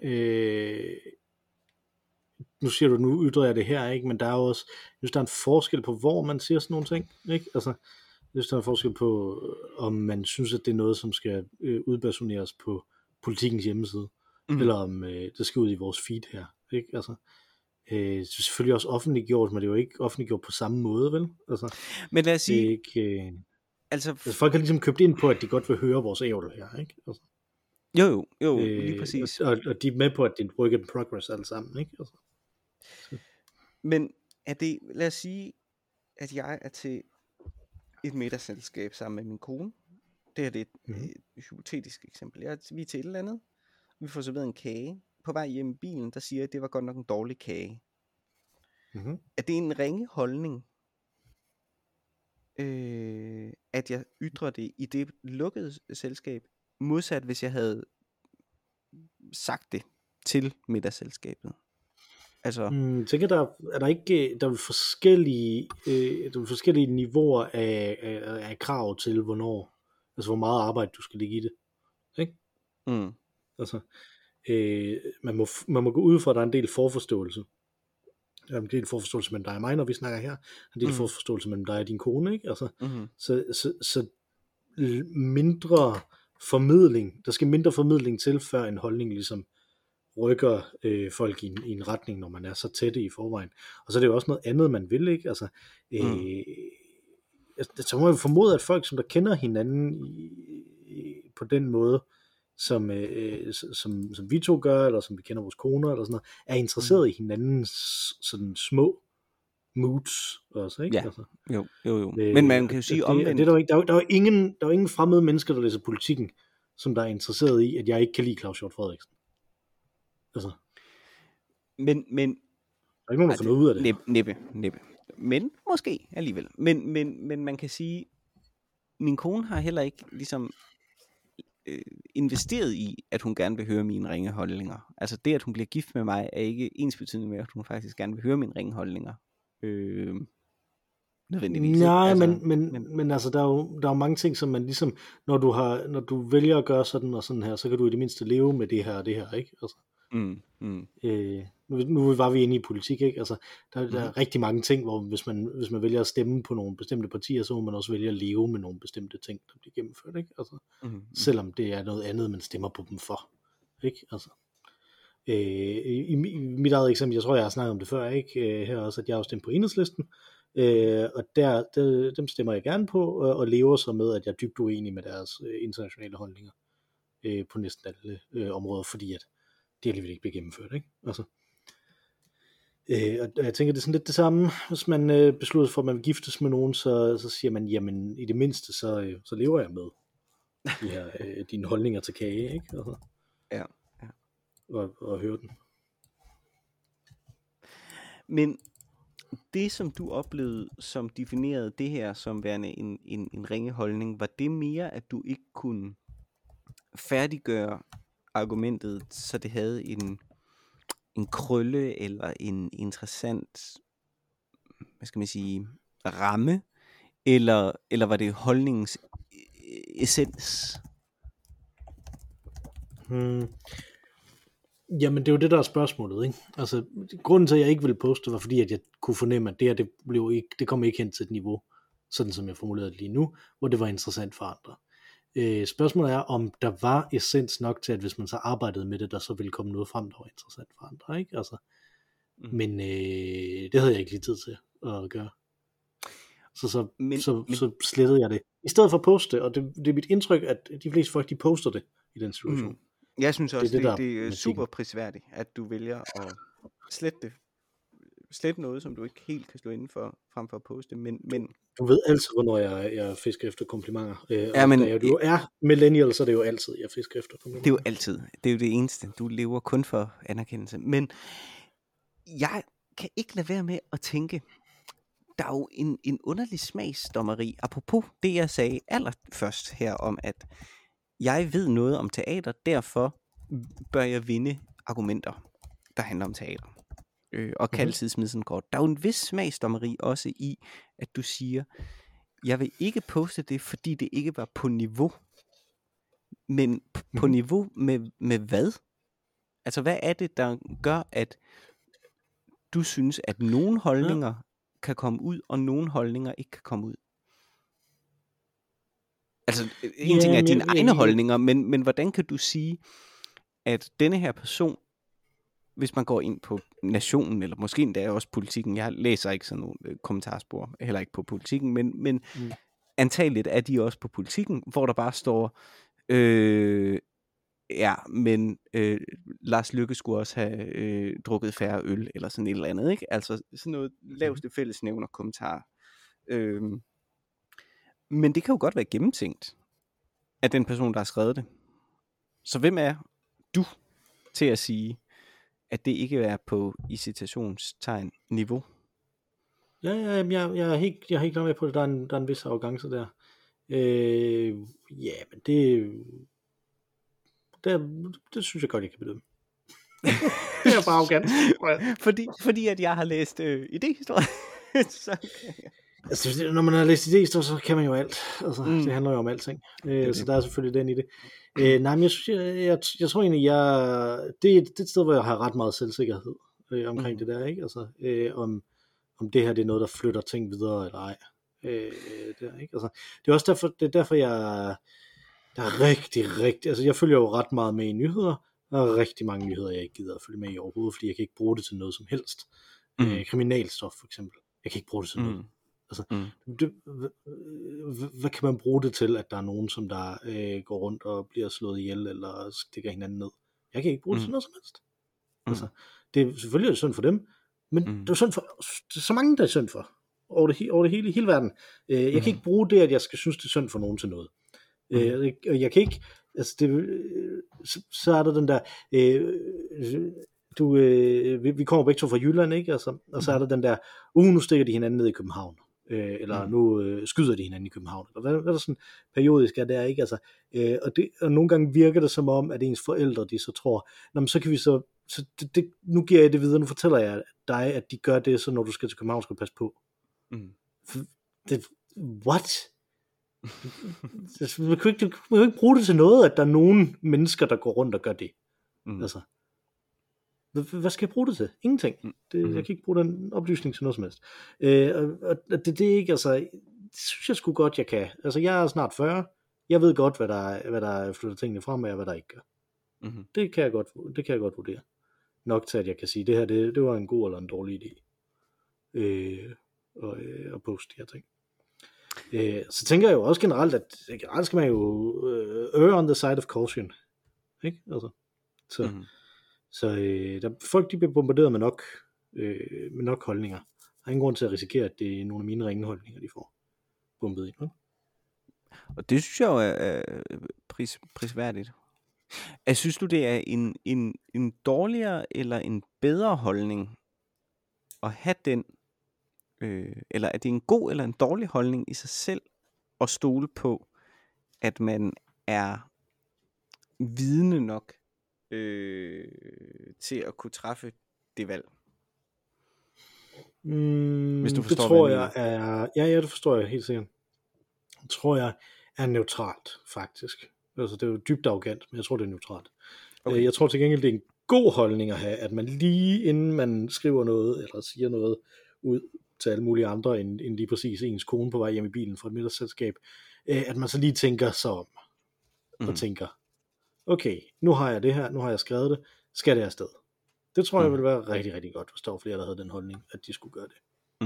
A: nu siger du, nu ytrer jeg det her, ikke? Men der er jo også, hvis der er en forskel på, hvor man siger sådan nogle ting, ikke? Altså, hvis der er en forskel på, om man synes, at det er noget, som skal udbasuneres på Politikens hjemmeside, eller om det skal ud i vores feed her, ikke? Altså, det er selvfølgelig også offentliggjort, men det er jo ikke offentliggjort på samme måde, vel? Altså,
B: men lad os sige,
A: ikke, altså folk har ligesom købt ind på, at de godt vil høre vores ævler her, ikke? Altså,
B: jo, lige præcis.
A: Og de er med på, at det er en work in progress alle sammen, ikke? Altså.
B: Men er det, lad os sige, at jeg er til et middagsselskab sammen med min kone. Det her det er et hypotetisk eksempel. Vi er til et eller andet. Vi får serveret en kage. På vej hjem i bilen, der siger jeg, at det var godt nok en dårlig kage. Er det en ringe holdning, at jeg ytrer det i det lukkede selskab, modsat hvis jeg havde sagt det til middagsselskabet? Altså,
A: tænker er der ikke der er forskellige niveauer af krav til hvornår, altså hvor meget arbejde du skal lægge i det, ikke? Altså man må gå ud fra, at der er en del forforståelse. Der er en del forforståelse mellem dig og mig, når vi snakker her. En del forforståelse mellem dig og din kone, ikke? Altså, så mindre formidling, der skal mindre formidling til, før en holdning ligesom rykker folk i en retning, når man er så tætte i forvejen. Og så er det jo også noget andet, man vil, ikke? Altså, så må jeg formode, at folk, som der kender hinanden på den måde, som vi to gør, eller som vi kender vores koner, eller sådan noget, er interesseret i hinandens sådan små moods også, ikke?
B: Ja,
A: altså,
B: jo. Men man kan jo sige omvendt.
A: Der er jo ingen fremmede mennesker, der læser Politikken, som der er interesseret i, at jeg ikke kan lide Claus Hjort Frederiksen. Altså.
B: Men
A: der er ikke nogen, der finder ud af det.
B: Næppe. Men måske alligevel. Men man kan sige, min kone har heller ikke ligesom investeret i, at hun gerne vil høre mine ringe holdninger. Altså det, at hun bliver gift med mig, er ikke ensbetydende med, at hun faktisk gerne vil høre mine ringe holdninger. Nødvendigvis.
A: Nej, altså, men altså, der er jo mange ting, som man ligesom, når du vælger at gøre sådan og sådan her, så kan du i det mindste leve med det her og det her, ikke? Altså. Nu var vi inde i politik, ikke? Altså, der er rigtig mange ting, hvor hvis man vælger at stemme på nogle bestemte partier, så må man også vælge at leve med nogle bestemte ting, der bliver gennemført, ikke? Altså, selvom det er noget andet, man stemmer på dem for, ikke? Altså, i mit eget eksempel, jeg tror, jeg har snakket om det før, ikke? Her også, at jeg har stemt på Enhedslisten, og dem stemmer jeg gerne på, og lever så med, at jeg er dybt uenig med deres internationale holdninger på næsten alle områder, fordi at det alligevel ikke bliver gennemført, ikke? Altså, og jeg tænker, det er sådan lidt det samme, hvis man beslutter for, at man vil giftes med nogen, så siger man, jamen i det mindste, så lever jeg med de her, dine holdninger til kage, ikke? Altså,
B: ja.
A: Og høre den.
B: Men det, som du oplevede, som definerede det her som værende en ringe holdning, var det mere, at du ikke kunne færdiggøre argumentet, så det havde en krølle eller en interessant, hvad skal man sige, ramme, eller var det holdningens essens?
A: Jamen, det er jo det, der er spørgsmålet, ikke? Altså, grunden til, at jeg ikke ville poste, var fordi, at jeg kunne fornemme, at det her, det kom ikke hen til et niveau, sådan som jeg formulerede det lige nu, hvor det var interessant for andre. Spørgsmålet er, om der var essens nok til, at hvis man så arbejdede med det, der så ville komme noget frem, der var interessant for andre, ikke? Altså, men det havde jeg ikke lige tid til at gøre. Så slettede jeg det. I stedet for at poste, og det er mit indtryk, at de fleste folk, de poster det i den situation.
B: Jeg synes også, det er super prisværdigt, at du vælger at slette noget, som du ikke helt kan stå inden for, frem for at poste, men
A: du ved altid, hvornår jeg fisker efter komplimenter. Da du er millennial, så er det jo altid, jeg fisker efter komplimenter.
B: Det er jo altid. Det er jo det eneste. Du lever kun for anerkendelse. Men jeg kan ikke lade være med at tænke, der er jo en underlig smagsdommeri, apropos det, jeg sagde allerførst her om, at jeg ved noget om teater, derfor bør jeg vinde argumenter, der handler om teater. Og kan altid smide sådan kort. Der er jo en vis smagsdommeri også i, at du siger, jeg vil ikke poste det, fordi det ikke var på niveau. Men på niveau med hvad? Altså, hvad er det, der gør, at du synes, at nogle holdninger kan komme ud, og nogle holdninger ikke kan komme ud? Altså, en ting er dine egne holdninger, men hvordan kan du sige, at denne her person, hvis man går ind på Nationen, eller måske endda også Politikken, jeg læser ikke sådan nogle kommentarspor, heller ikke på Politikken, men antageligt er de også på Politikken, hvor der bare står, Lars Løkke skulle også have drukket færre øl, eller sådan et eller andet, ikke? Altså sådan noget laveste fællesnævner kommentar. Men det kan jo godt være gennemtænkt af den person, der har skrevet det. Så hvem er du til at sige, at det ikke er på i citationstegn niveau?
A: Ja, jeg er helt klar med på det. Der er en vis arrogance der. Men det synes jeg godt, jeg kan bedømme. Det er bare arrogant.
B: fordi at jeg har læst idéhistorie.
A: Altså, når man har læst idéhistorie, så kan man jo alt. Altså, det handler jo om alting. Så der er selvfølgelig den i det. Nej, men jeg tror egentlig, det er et sted, hvor jeg har ret meget selvsikkerhed omkring det der, ikke? Altså, om det her det er noget, der flytter ting videre, eller ej. Der, ikke? Altså, det er også derfor, der er rigtig, altså jeg følger jo ret meget med i nyheder. Der er rigtig mange nyheder, jeg ikke gider at følge med i overhovedet, fordi jeg kan ikke bruge det til noget som helst. Kriminalstof for eksempel. Jeg kan ikke bruge det til noget. Altså, hvad kan man bruge det til, at der er nogen, som der går rundt og bliver slået ihjel, eller stikker hinanden ned? Jeg kan ikke bruge det til noget som helst. Altså, det er selvfølgelig synd for dem, men det er synd for så mange, der er synd for. Over det hele verden. Jeg kan ikke bruge det, at jeg skal synes, det er synd for nogen til noget. Jeg kan ikke, altså så er der den der, vi kommer begge to fra Jylland, ikke? Altså, og så er der den der, nu stikker de hinanden ned i København, eller nu skyder de hinanden i København, eller hvad der sådan periodisk er der, ikke? Altså, og nogle gange virker det som om, at ens forældre, de så tror, men så kan vi nu giver jeg det videre, nu fortæller jeg dig, at de gør det, så når du skal til København, skal du passe på. What? Man kan jo ikke bruge det til noget, at der er nogle mennesker, der går rundt og gør det. Altså, hvad skal jeg bruge det til? Ingenting. Jeg kan ikke bruge den oplysning til noget som helst. Og det er ikke, altså, det synes jeg sgu godt, jeg kan. Altså, jeg er snart 40. Jeg ved godt, hvad der flytter tingene frem, og hvad der ikke gør. Det kan jeg godt vurdere. Nok til, at jeg kan sige, det her, det var en god eller en dårlig idé. Og poste de her ting. Så tænker jeg jo også generelt, at generelt skal man jo err on the side of caution, ikke? Altså, så folk de bliver bombarderet med nok holdninger. Der er ingen grund til at risikere, at det er nogle af mine ringe holdninger, de får bombet ind.
B: Og det synes jeg jo er prisværdigt. Synes du, det er en dårligere eller en bedre holdning, at have den, eller er det en god eller en dårlig holdning i sig selv, at stole på, at man er vidende nok til at kunne træffe det valg? Hvis du forstår,
A: det tror
B: hvad
A: jeg er, ja, det forstår jeg helt sikkert. Det tror jeg er neutralt, faktisk. Altså, det er jo dybt arrogant, men jeg tror, det er neutralt. Okay. Jeg tror til gengæld, det er en god holdning at have, at man lige inden man skriver noget, eller siger noget ud til alle mulige andre, end lige præcis ens kone på vej hjem i bilen fra et middagsselskab, at man så lige tænker sig om, og tænker, okay, nu har jeg det her, nu har jeg skrevet det, skal det afsted? Det tror jeg ville være rigtig, rigtig godt, hvis der var flere, der havde den holdning, at de skulle gøre det.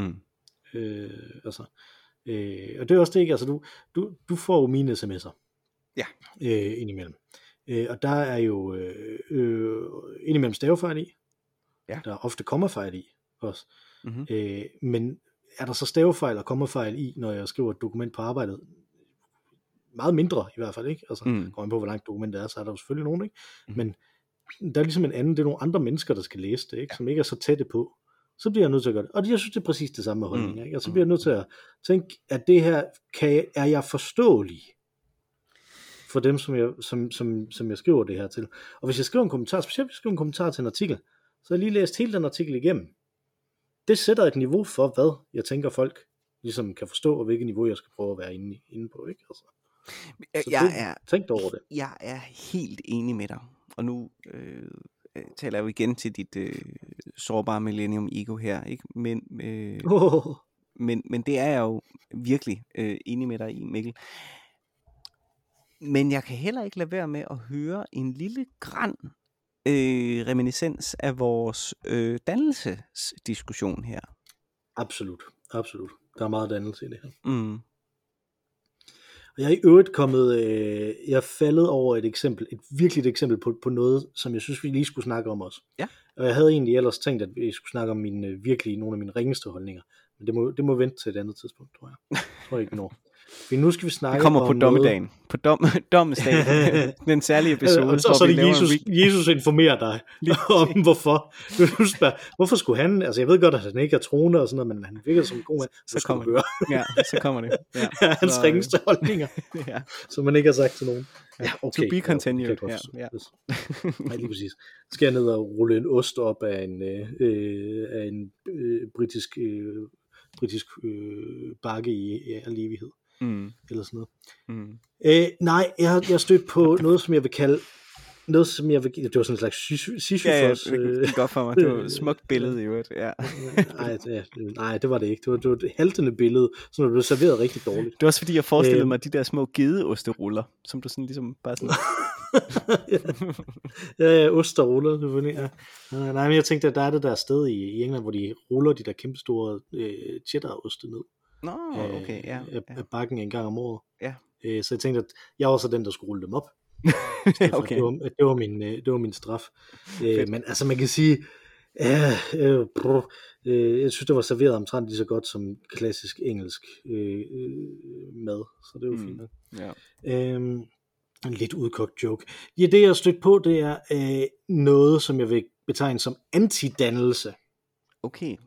A: Og det er også det, ikke? Altså, du får jo mine sms'er.
B: Ja.
A: Indimellem. Og der er jo indimellem stavefejl i. Ja. Der er ofte kommafejl i også. Men er der så stavefejl og kommafejl i, når jeg skriver et dokument på arbejdet? Meget mindre i hvert fald, ikke? Altså, går man på, hvor langt dokumentet er, så er der jo selvfølgelig nogen, ikke? Men der er ligesom en anden, det er nogle andre mennesker, der skal læse det, ikke? Ja. Som ikke er så tætte på. Så bliver jeg nødt til at gøre det. Og jeg synes, det er præcis det samme med holdninger, ikke? Og så bliver jeg nødt til at tænke, at det her, er jeg forståelig for dem, som jeg skriver det her til. Og hvis jeg skriver en kommentar, specielt hvis jeg skriver en kommentar til en artikel, så har jeg lige læst hele den artikel igennem. Det sætter et niveau for, hvad jeg tænker folk ligesom kan forstå, og hvilket niveau jeg skal prøve at være inde på, ikke? Altså. Tænk over det.
B: Jeg er helt enig med dig. Og nu taler jeg jo igen til dit sårbare millennium ego her, ikke? Men det er jeg jo virkelig enig med dig i, Mikkel. Men jeg kan heller ikke lade være med at høre en lille gran reminiscens af vores dannelsesdiskussion her.
A: Absolut. Der er meget dannelse i det her. Og jeg er i øvrigt jeg er faldet over et virkeligt eksempel på noget, som jeg synes, vi lige skulle snakke om også.
B: Ja.
A: Og jeg havde egentlig ellers tænkt, at vi skulle snakke om nogle af mine ringeste holdninger. Men det må vente til et andet tidspunkt, tror jeg. Jeg tror ikke, vi når. For nu skal vi snakke om.
B: Det kommer på dommedagen. På dommesdagen. Den særlige episode.
A: Og så er det Jesus informerer dig om hvorfor. Du spørger, hvorfor skulle han? Altså jeg ved godt, at han ikke er troende og sådan noget, men han virker som en god mand.
B: Så kommer det. Ja, så kommer det. Ja.
A: Hans ringeste holdninger. Ja. Som man ikke har sagt til nogen.
B: Ja, okay. To be continued. Ja.
A: Nej, lige præcis. Skal jeg ned og rulle en ost op af en britisk bakke i al evighed. Eller sådan noget. Nej, jeg har stødt på noget, som jeg vil kalde det var sådan en slags Sisyfos.
B: Ja, det gik godt for mig. Det var et smukt billede i øvrigt. Ja.
A: Nej, det var det ikke. Det var et haltende billede, som blev serveret rigtig dårligt.
B: Det var også fordi, jeg forestillede mig de der små gedeosteruller, som du sådan ligesom bare sådan...
A: ja, ost og ruller selvfølgelig. Ja. Nej, men jeg tænkte, at der er det der sted i England, hvor de ruller de der kæmpe store cheddaroste ned.
B: Nå, okay, ja.
A: Af bakken en gang om året.
B: Ja.
A: Så jeg tænkte, at jeg var så den, der skulle rulle dem op.
B: Okay.
A: Det var min straf. Men altså man kan sige, jeg synes det var serveret omtrent lige så godt som klassisk engelsk mad, så det var fint nok.
B: Ja.
A: En lidt udkogt joke. Ja, det jeg har stødt på, det er noget, som jeg vil betegne som antidannelse.
B: Okay.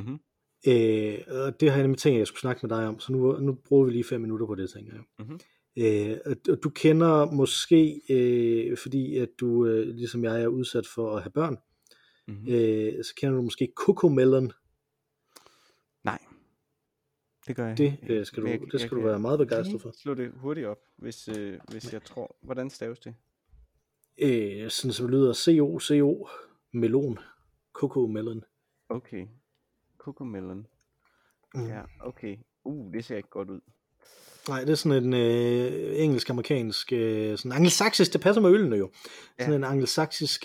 A: Og det har jeg nemlig tænkt, at jeg skulle snakke med dig om, så nu bruger vi lige 5 minutter på det, tænker jeg. Og du kender måske, fordi at du, ligesom jeg er udsat for at have børn, så kender du måske Cocomelon.
B: Nej, det gør jeg.
A: Det skal du være meget begejstret for.
B: Slå det hurtigt op, hvis jeg tror. Hvordan staves det?
A: Sådan som lyder C-O-C-O melon. Cocomelon.
B: Okay. Cocomelon. Ja, okay. Det ser ikke godt ud.
A: Nej, det er sådan en engelsk-amerikansk, sådan angelsaksisk, det passer med ølene jo. Ja. Sådan en angelsaksisk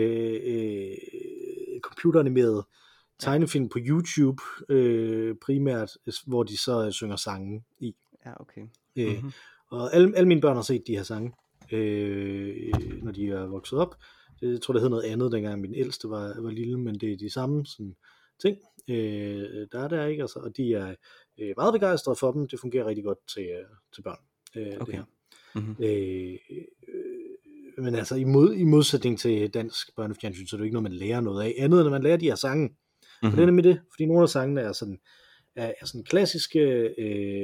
A: computeranimeret tegnefilm på YouTube, primært, hvor de så synger sange i.
B: Ja, okay.
A: Og alle mine børn har set de her sange, når de er vokset op. Jeg tror, det hed noget andet, dengang min ældste var lille, men det er de samme sådan ting, der er der, ikke? Altså, og de er meget begejstrede for dem. Det fungerer rigtig godt til børn.
B: Okay.
A: Det her. Men altså i modsætning til dansk børnefjernsyn, så er det ikke noget, man lærer noget af. Andet end at man lærer de her sange. Og det er nemlig det, fordi nogle af sangene er sådan klassiske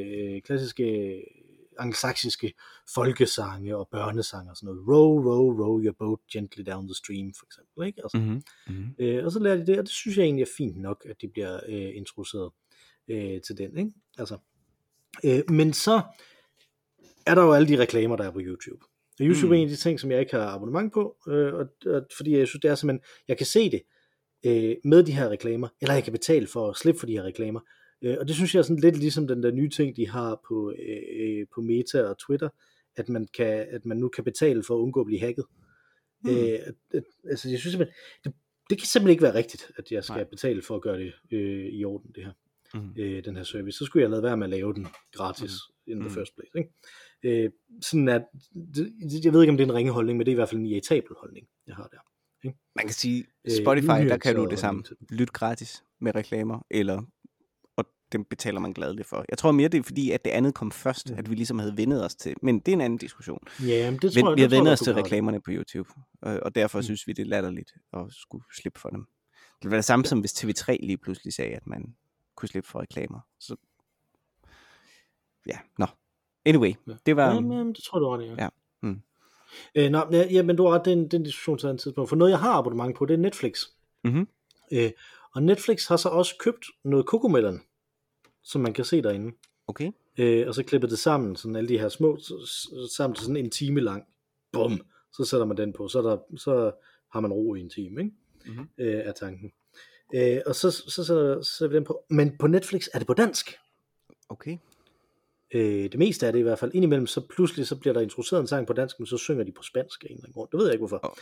A: angelsaksiske folkesange og børnesange og sådan noget. Row your boat gently down the stream, for eksempel. Ikke? Altså, og så lærer de det, og det synes jeg egentlig er fint nok, at de bliver introduceret til den. Ikke? Altså, men så er der jo alle de reklamer, der er på YouTube. Og YouTube er en af de ting, som jeg ikke har abonnement på, fordi jeg synes, det er simpelthen, jeg kan se det med de her reklamer, eller jeg kan betale for at slippe for de her reklamer. Og det synes jeg er sådan lidt ligesom den der nye ting, de har på Meta og Twitter, at man nu kan betale for at undgå at blive hacket. Altså jeg synes simpelthen, det kan simpelthen ikke være rigtigt, at jeg skal betale for at gøre det i orden, det her. Den her service, så skulle jeg lade være med at lave den gratis in the first place, ikke? Sådan at jeg ved ikke om det er en ringe holdning, men det er i hvert fald en irritabel holdning jeg har der, ikke?
B: Man kan sige Spotify, der kan du det samme, lyt gratis med reklamer, og dem betaler man gladeligt for. Jeg tror mere det er fordi at det andet kom først, at vi ligesom havde vendet os til, men det er en anden diskussion.
A: Ja, det tror jeg,
B: vi har vendet os til reklamerne på YouTube, og derfor synes vi det er latterligt at skulle slippe for dem. Det var det samme som hvis TV3 lige pludselig sagde at man kunne slippe for reklamer. Så anyway, det var...
A: Jamen, det tror du ret, ja. Men du har ret, den diskussion til en tidspunkt. For noget, jeg har abonnement på, det er Netflix. Og Netflix har så også købt noget Cocomelon, som man kan se derinde.
B: Okay.
A: Og så klippet det sammen, sådan alle de her små, sammen til sådan en time lang. Bum! Så sætter man den på, så har man ro i en time, ikke? Af tanken. Og så sætter vi den på. Men på Netflix er det på dansk.
B: Okay.
A: Det meste er det i hvert fald. Indimellem så pludselig så bliver der introduceret en sang på dansk, men så synger de på spansk af en eller anden grund. Det ved jeg ikke hvorfor.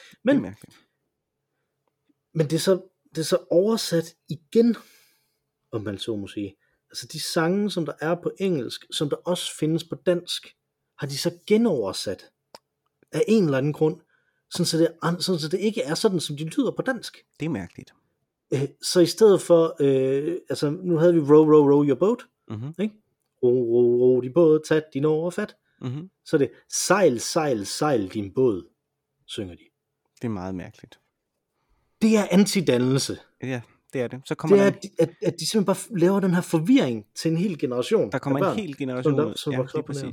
A: Men det er så oversat igen, om man så må sige. Altså de sange, som der er på engelsk, som der også findes på dansk, har de så genoversat af en eller anden grund, sådan så det ikke er sådan, som de lyder på dansk.
B: Det er mærkeligt.
A: Så i stedet for, altså nu havde vi row your boat, ikke? Ro din båd, tag din over fat. Så er det sejl din båd, synger de.
B: Det er meget mærkeligt.
A: Det er antidannelse.
B: Ja, det er det. Så kommer
A: at de simpelthen bare laver den her forvirring til en hel generation.
B: Der kommer en hel generation ud. Ja, det er præcis.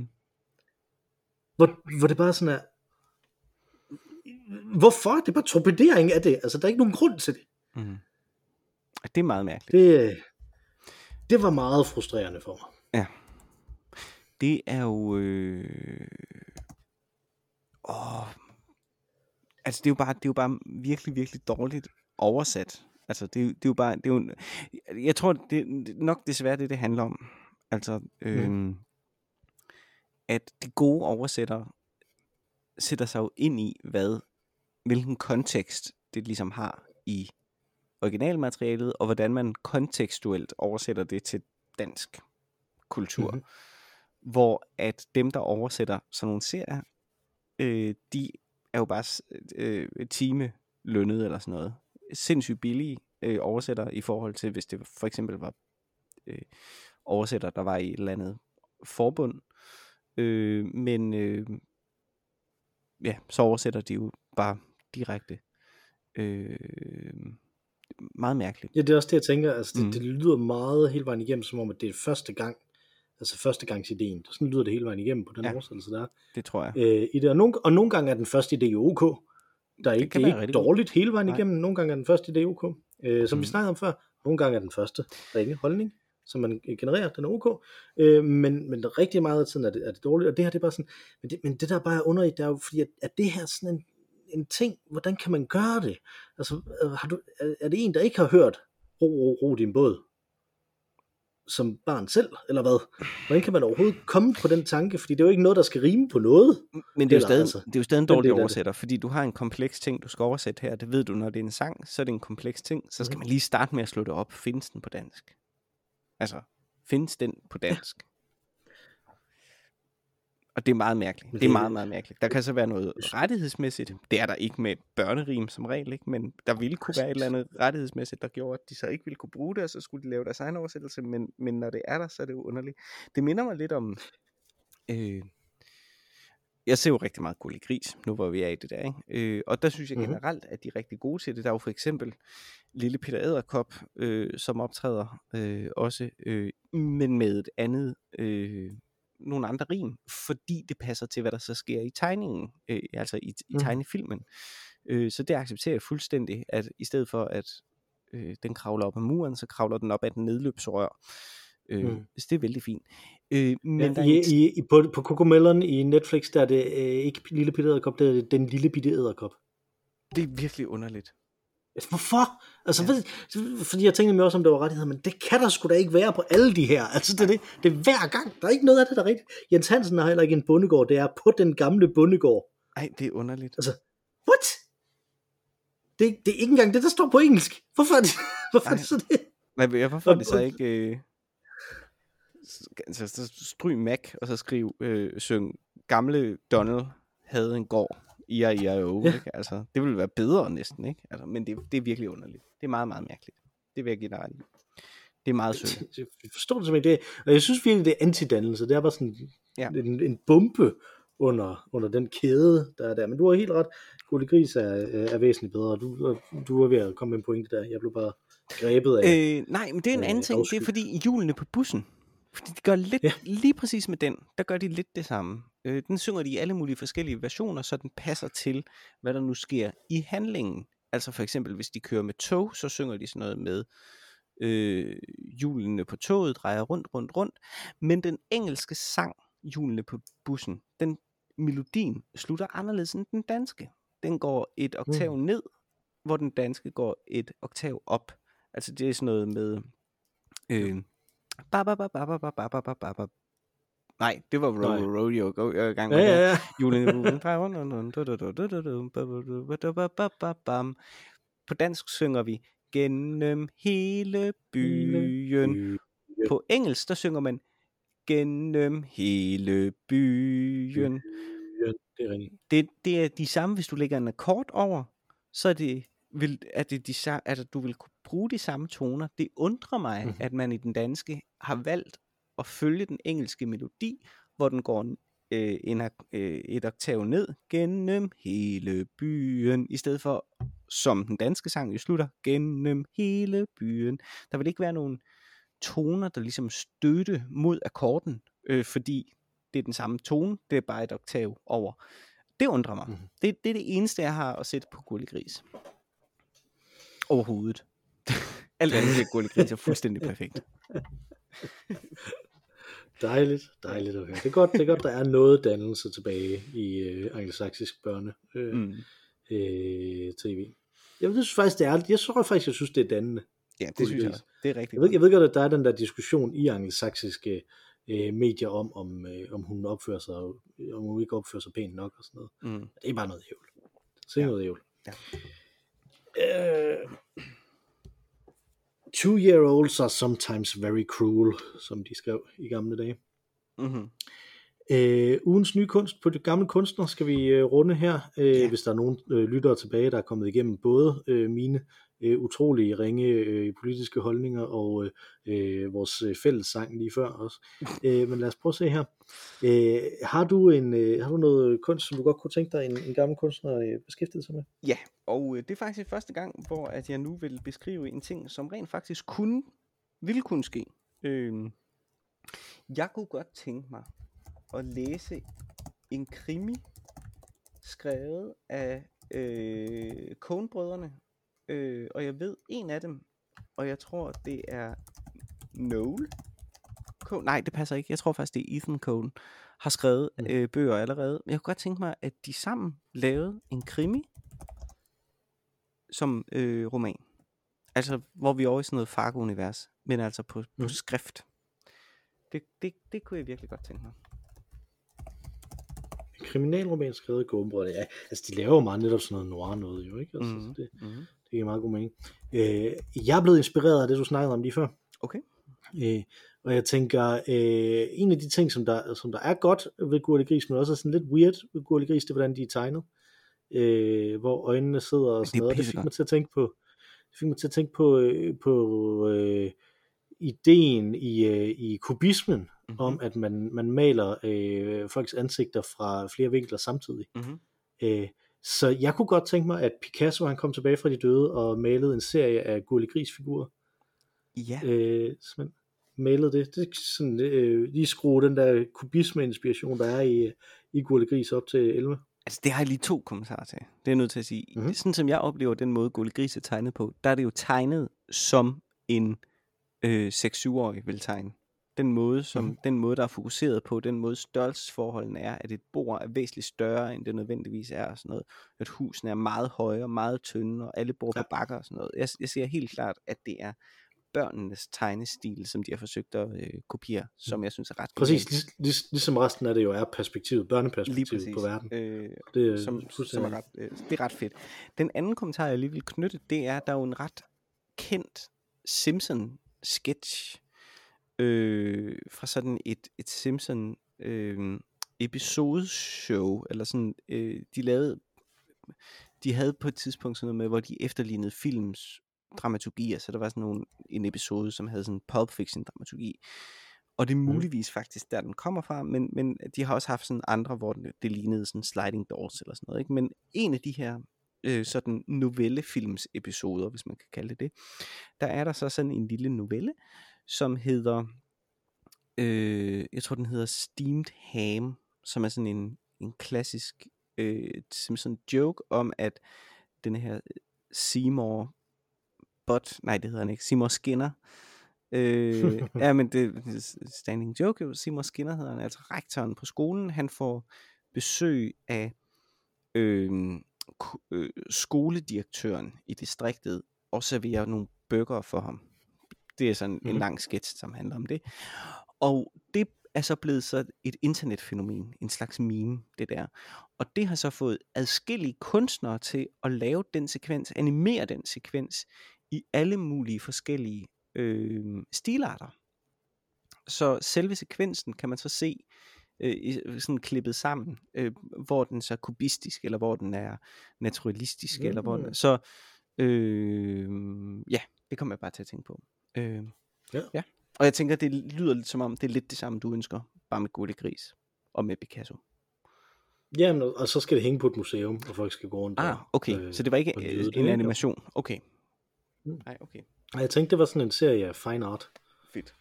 A: Hvor det bare sådan er, hvorfor? Det er bare torpedering af det. Altså, der er ikke nogen grund til det.
B: Det er meget mærkeligt.
A: Det var meget frustrerende for mig.
B: Ja. Det er jo... Altså, det er jo bare virkelig, virkelig dårligt oversat. Altså, det er jo bare... jeg tror, det er nok desværre det handler om. Altså, at de gode oversættere sætter sig jo ind i, hvilken kontekst det ligesom har i originalmaterialet, og hvordan man kontekstuelt oversætter det til dansk kultur. Hvor at dem, der oversætter sådan nogle serier, de er jo bare timelønnet eller sådan noget. Sindssygt billige oversætter i forhold til, hvis det for eksempel var oversætter, der var i et eller andet forbund. Så oversætter de jo bare direkte. Meget mærkeligt.
A: Ja, det er også det, jeg tænker. Altså, det lyder meget hele vejen igennem, som om, at det er første gang. Altså førstegangsideen. Sådan lyder det hele vejen igennem på den oversættelse der.
B: Det tror jeg.
A: I det. Og nogle gange er den første idé jo ok. Der er ikke dårligt hele vejen igennem. Nogle gange er den første idé ok. Som vi snakkede om før. Nogle gange er den første ringe holdning, som man genererer, den er ok. Men der rigtig meget af tiden er det dårligt. Og det her, det er bare sådan. Men det der bare er underligt, det er jo fordi, at det her sådan en ting, hvordan kan man gøre det? Altså, er det en, der ikke har hørt ro din båd som barn selv, eller hvad? Hvordan kan man overhovedet komme på den tanke? Fordi det er jo ikke noget, der skal rime på noget.
B: Men det er jo stadig en dårlig oversætter, fordi du har en kompleks ting, du skal oversætte her. Det ved du, når det er en sang, så er det en kompleks ting. Så skal man lige starte med at slå det op. Findes den på dansk? Altså, findes den på dansk? Og det er meget mærkeligt. Det er meget, meget mærkeligt. Der kan så være noget rettighedsmæssigt. Det er der ikke med børnerim som regel, ikke? Men der ville kunne være et eller andet rettighedsmæssigt, der gjorde, at de så ikke ville kunne bruge det, og så skulle de lave deres egen oversættelse. Men når det er der, så er det jo underligt. Det minder mig lidt om... jeg ser jo rigtig meget Gurli Gris, nu hvor vi er i det der, ikke? Og der synes jeg generelt, at de er rigtig gode til det. Der er jo for eksempel Lille Peter Edderkop, som optræder også, men med et andet, nogle andre rim, fordi det passer til, hvad der så sker i tegningen, altså i tegnefilmen. Så det accepterer jeg fuldstændig, at i stedet for, at den kravler op ad muren, så kravler den op ad den nedløbsrør. Så det er vældig fint. Men
A: på Cocomelon i Netflix, der er det ikke Lille Bitte Edderkop, det er den Lille Bitte Edderkop.
B: Det er virkelig underligt.
A: Hvorfor? Altså, fordi jeg tænkte mig også, om det var rettigheder, men det kan der sgu da ikke være på alle de her. Altså, det er hver gang. Der er ikke noget af det, der er rigtigt. Jens Hansen har heller ikke en bondegård. Det er på den gamle bondegård.
B: Ej, det er underligt.
A: Altså, what? Det er ikke engang det, der står på engelsk. Hvorfor er det så det?
B: Nej, hvorfor er det så ikke... Så stryg Mac, og så skriv syng gamle Donald havde en gård. I.O. Ja. Ikke? Altså, det ville være bedre næsten, ikke? Altså, men det er virkelig underligt. Det er meget, meget mærkeligt. Det vil jeg give dig ret i. Det er meget sødt.
A: Jeg forstår det simpelthen det. Og jeg synes virkelig, det er antidannelse. Det er bare sådan en bombe under den kæde, der er der. Men du har helt ret. Gurli Gris er væsentligt bedre. Du er ved at komme med en pointe der. Jeg blev bare grebet af...
B: nej, men det er en anden ting. Det er fordi hjulene på bussen. Fordi de gør lidt, lige præcis med den, der gør de lidt det samme. Den synger de i alle mulige forskellige versioner, så den passer til, hvad der nu sker i handlingen. Altså for eksempel, hvis de kører med tog, så synger de sådan noget med hjulene på toget drejer rundt. Men den engelske sang, hjulene på bussen, den melodien slutter anderledes end den danske. Den går et oktav ned, hvor den danske går et oktav op. Altså det er sådan noget med... Nej, det var Rodeo. Go i gang med det. Julen på dansk synger vi gennem hele byen. På engelsk der synger man gennem hele byen. Det er de samme, hvis du lægger en akkord over, så er det du vil kunne bruge de samme toner. Det undrer mig, at man i den danske har valgt at følge den engelske melodi, hvor den går et oktav ned gennem hele byen, i stedet for, som den danske sang jo slutter, gennem hele byen. Der vil ikke være nogen toner, der ligesom støtte mod akkorden, fordi det er den samme tone, det er bare et oktav over. Det undrer mig. Det er det eneste, jeg har at sætte på Gurli Gris. Overhovedet. Alt andet til Gurli Gris er fuldstændig perfekt.
A: Dejligt at høre. Det er godt, der er noget dannelse tilbage i angelsaksisk børne tv. Jeg synes faktisk, det er. Jeg synes, det er dannende.
B: Ja, det synes jeg. Det er rigtig
A: jeg ved godt, at der er den der diskussion i angelsaksiske medier om hun opfører sig, om hun ikke opfører sig pænt nok og sådan noget. Det er bare noget hævl. Noget hævl. Ja. 2-year-olds are sometimes very cruel, som de skrev i gamle dage. Ugens nye kunst på de gamle kunstner skal vi runde her, hvis der er nogen lyttere tilbage, der er kommet igennem både mine utrolige ringe politiske holdninger og vores fælles sang lige før også. Men lad os prøve at se her. Har du noget kunst, som du godt kunne tænke dig en gammel kunstner beskæftiget sig med?
B: Ja, og det er faktisk første gang, hvor at jeg nu vil beskrive en ting, som rent faktisk ville kunne ske. Jeg kunne godt tænke mig at læse en krimi skrevet af Coen-brødrene, og jeg ved en af dem, og jeg tror det er Noel Coen. Nej, det passer ikke. Jeg tror faktisk det er Ethan Coen har skrevet bøger allerede. Men jeg kunne godt tænke mig, at de sammen lavede en krimi som roman. Altså hvor vi er over i sådan noget Fargo-univers, men altså på skrift. Det kunne jeg virkelig godt tænke mig.
A: Kriminalroman skrevet af Coen-brødrene. Ja, altså de laver jo meget netop sådan noget noir noget jo, ikke? Altså, det giver meget god mening. Jeg er blevet inspireret af det, du snakkede om lige før.
B: Okay.
A: Og jeg tænker, en af de ting, som der er godt ved Gurli Gris, men også er sådan lidt weird ved Gurli Gris, det er, hvordan de er tegnet. Hvor øjnene sidder og sådan noget. Det fik mig til at tænke på ideen i kubismen, om at man maler folks ansigter fra flere vinkler samtidig. Så jeg kunne godt tænke mig, at Picasso han kom tilbage fra de døde og malede en serie af Gurli Gris-figurer.
B: Ja.
A: Malede det er sådan, lige skrue den der kubisme-inspiration, der er i Gurli Gris op til 11.
B: Altså, det har jeg lige 2 kommentarer til. Det er jeg nødt til at sige. Sådan som jeg oplever den måde, Gurli Gris er tegnet på, der er det jo tegnet som en 6-7-årig vil tegne. Den måde, der er fokuseret på, den måde størrelsesforholdene er, at et bord er væsentligt større, end det nødvendigvis er, og sådan noget. At husene er meget højere, meget tynde, og alle bor på bakker og sådan noget. Jeg ser helt klart, at det er børnenes tegnestil, som de har forsøgt at kopiere, som jeg synes er ret
A: præcis, ligesom resten af det jo er perspektivet, børneperspektivet på verden.
B: Det er ret fedt. Den anden kommentar, jeg lige vil knytte, det er, at der er jo en ret kendt Simpson-sketch fra sådan et Simpson episodeshow, eller sådan, de havde på et tidspunkt sådan noget med, hvor de efterlignede films dramaturgier, så der var sådan en episode, som havde sådan Pulp Fiction dramaturgi, og det er muligvis faktisk der den kommer fra, men de har også haft sådan andre, hvor det lignede sådan Sliding Doors eller sådan noget, ikke? Men en af de her sådan novellefilms episoder, hvis man kan kalde det, der er der så sådan en lille novelle, som hedder jeg tror den hedder Steamed Ham, som er sådan en klassisk Simpson joke om, at den her Seymour Skinner. Ja, men det er standing joke jo. Seymour Skinner hedder han, altså rektoren på skolen. Han får besøg af skoledirektøren i distriktet og serverer nogle burger for ham. Det er sådan en lang sketch, som handler om det. Og det er så blevet så et internetfænomen, en slags meme, det der. Og det har så fået adskillige kunstnere til at lave den sekvens, animere den sekvens i alle mulige forskellige stilarter. Så selve sekvensen kan man så se sådan klippet sammen, hvor den så er kubistisk, eller hvor den er naturalistisk, eller hvor den, så ja, det kommer jeg bare til at tænke på. Ja. Og jeg tænker, det lyder lidt som om, det er lidt det samme, du ønsker, bare med Gurli Gris og med Picasso.
A: Ja, og så skal det hænge på et museum, og folk skal gå rundt.
B: Okay, så det var ikke en animation. Okay.
A: Nej, okay. Og jeg tænkte, det var sådan en serie af fine art.
B: Fedt.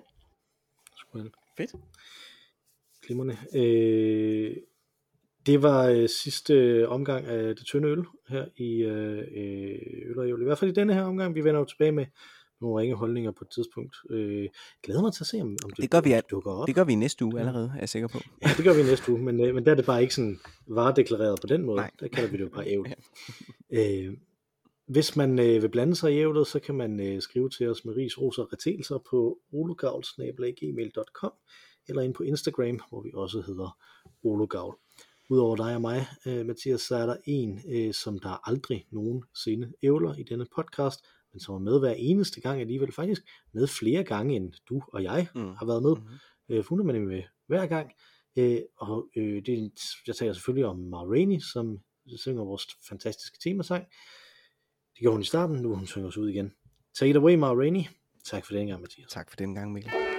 A: Glimrende. Det var sidste omgang af det tynde øl her i Øl og Ævl. I hvert fald i denne her omgang. Vi vender jo tilbage med nogle ringe holdninger på et tidspunkt. Glæder mig til at se, om det dukker op.
B: Det gør vi i næste uge allerede, er jeg sikker på.
A: Ja, det gør vi i næste uge, men der er det bare ikke sådan varedeklareret på den måde. Nej. Der kalder vi det jo bare ævl. Hvis man vil blande sig i ævlet, så kan man skrive til os med ris, ros og retelser på ologavl@gmail.com eller ind på Instagram, hvor vi også hedder ologavl. Udover dig og mig, Mathias, så er der en, som der aldrig nogensinde ævler i denne podcast, men som er med hver eneste gang alligevel, faktisk med flere gange, end du og jeg har været med. Fundet man med hver gang. Og jeg taler selvfølgelig om Ma Rainey, som synger vores fantastiske temasang. Det gjorde hun i starten, nu hun synger os ud igen. Take it away, Ma Rainey. Tak for den gang, Mathias.
B: Tak for den gang, Mikkel.